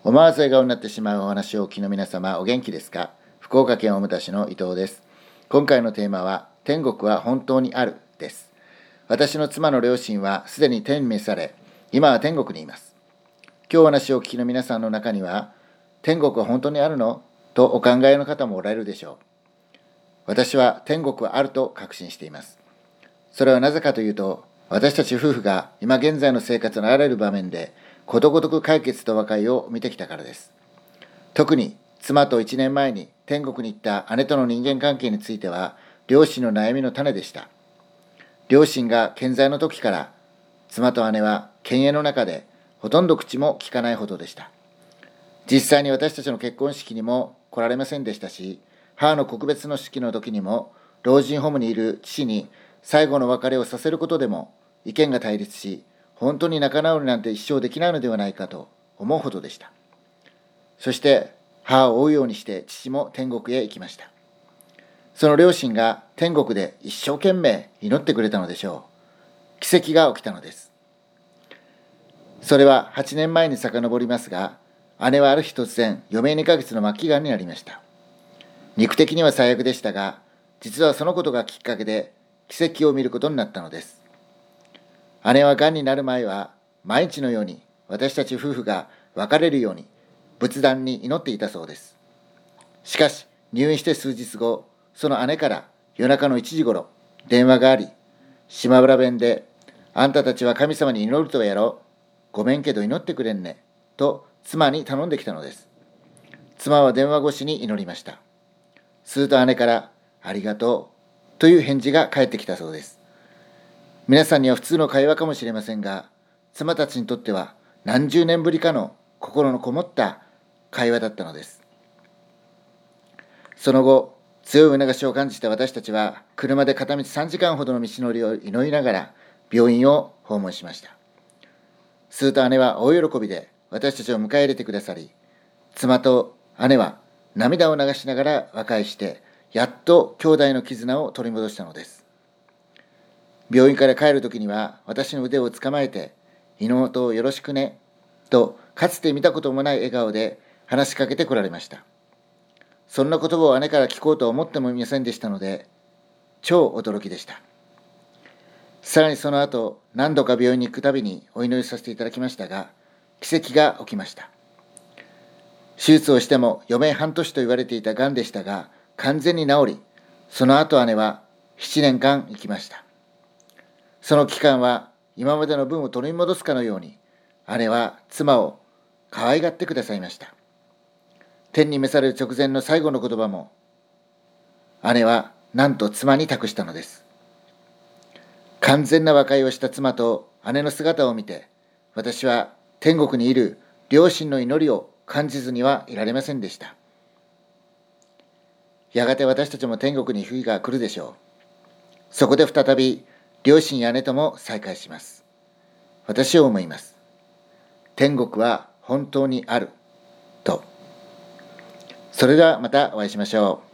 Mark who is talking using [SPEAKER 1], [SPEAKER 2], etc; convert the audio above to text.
[SPEAKER 1] 思わず笑顔になってしまうお話をお聞きの皆様、お元気ですか？福岡県大牟田市の伊藤です。今回のテーマは、天国は本当にあるです。私の妻の両親はすでに天に召され、今は天国にいます。今日お話をお聞きの皆さんの中には、天国は本当にあるのとお考えの方もおられるでしょう。私は天国はあると確信しています。それはなぜかというと、私たち夫婦が今現在の生活のあらゆる場面でことごとく解決と和解を見てきたからです。特に妻と1年前に天国に行った姉との人間関係については、両親の悩みの種でした。両親が健在の時から、妻と姉は犬猿の中でほとんど口も聞かないほどでした。実際に私たちの結婚式にも来られませんでしたし、母の告別の式の時にも老人ホームにいる父に最後の別れをさせることでも意見が対立し、本当に仲直りなんて一生できないのではないかと思うほどでした。そして母を追うようにして父も天国へ行きました。その両親が天国で一生懸命祈ってくれたのでしょう。奇跡が起きたのです。それは8年前に遡りますが、姉はある日突然余命2ヶ月の末期がんになりました。肉的には最悪でしたが、実はそのことがきっかけで奇跡を見ることになったのです。姉はがんになる前は毎日のように私たち夫婦が別れるように仏壇に祈っていたそうです。しかし入院して数日後、その姉から夜中の1時ごろ電話があり、島原弁で、あんたたちは神様に祈るとやろう、ごめんけど祈ってくれんね、と妻に頼んできたのです。妻は電話越しに祈りました。すると姉から、ありがとうという返事が返ってきたそうです。皆さんには普通の会話かもしれませんが、妻たちにとっては何十年ぶりかの心のこもった会話だったのです。その後、強い促しを感じた私たちは、車で片道3時間ほどの道のりを祈りながら病院を訪問しました。すると姉は大喜びで私たちを迎え入れてくださり、妻と姉は涙を流しながら和解して、やっと兄弟の絆を取り戻したのです。病院から帰るときには私の腕をつかまえて、妹をよろしくね、とかつて見たこともない笑顔で話しかけてこられました。そんな言葉を姉から聞こうとは思ってもみませんでしたので、超驚きでした。さらにその後、何度か病院に行くたびにお祈りさせていただきましたが、奇跡が起きました。手術をしても余命半年と言われていたがんでしたが、完全に治り、その後姉は7年間生きました。その期間は今までの分を取り戻すかのように、姉は妻を可愛がってくださいました。天に召される直前の最後の言葉も、姉はなんと妻に託したのです。完全な和解をした妻と姉の姿を見て、私は天国にいる両親の祈りを感じずにはいられませんでした。やがて私たちも天国に日が来るでしょう。そこで再び両親や姉とも再会します。私は思います。天国は本当にあると。それではまたお会いしましょう。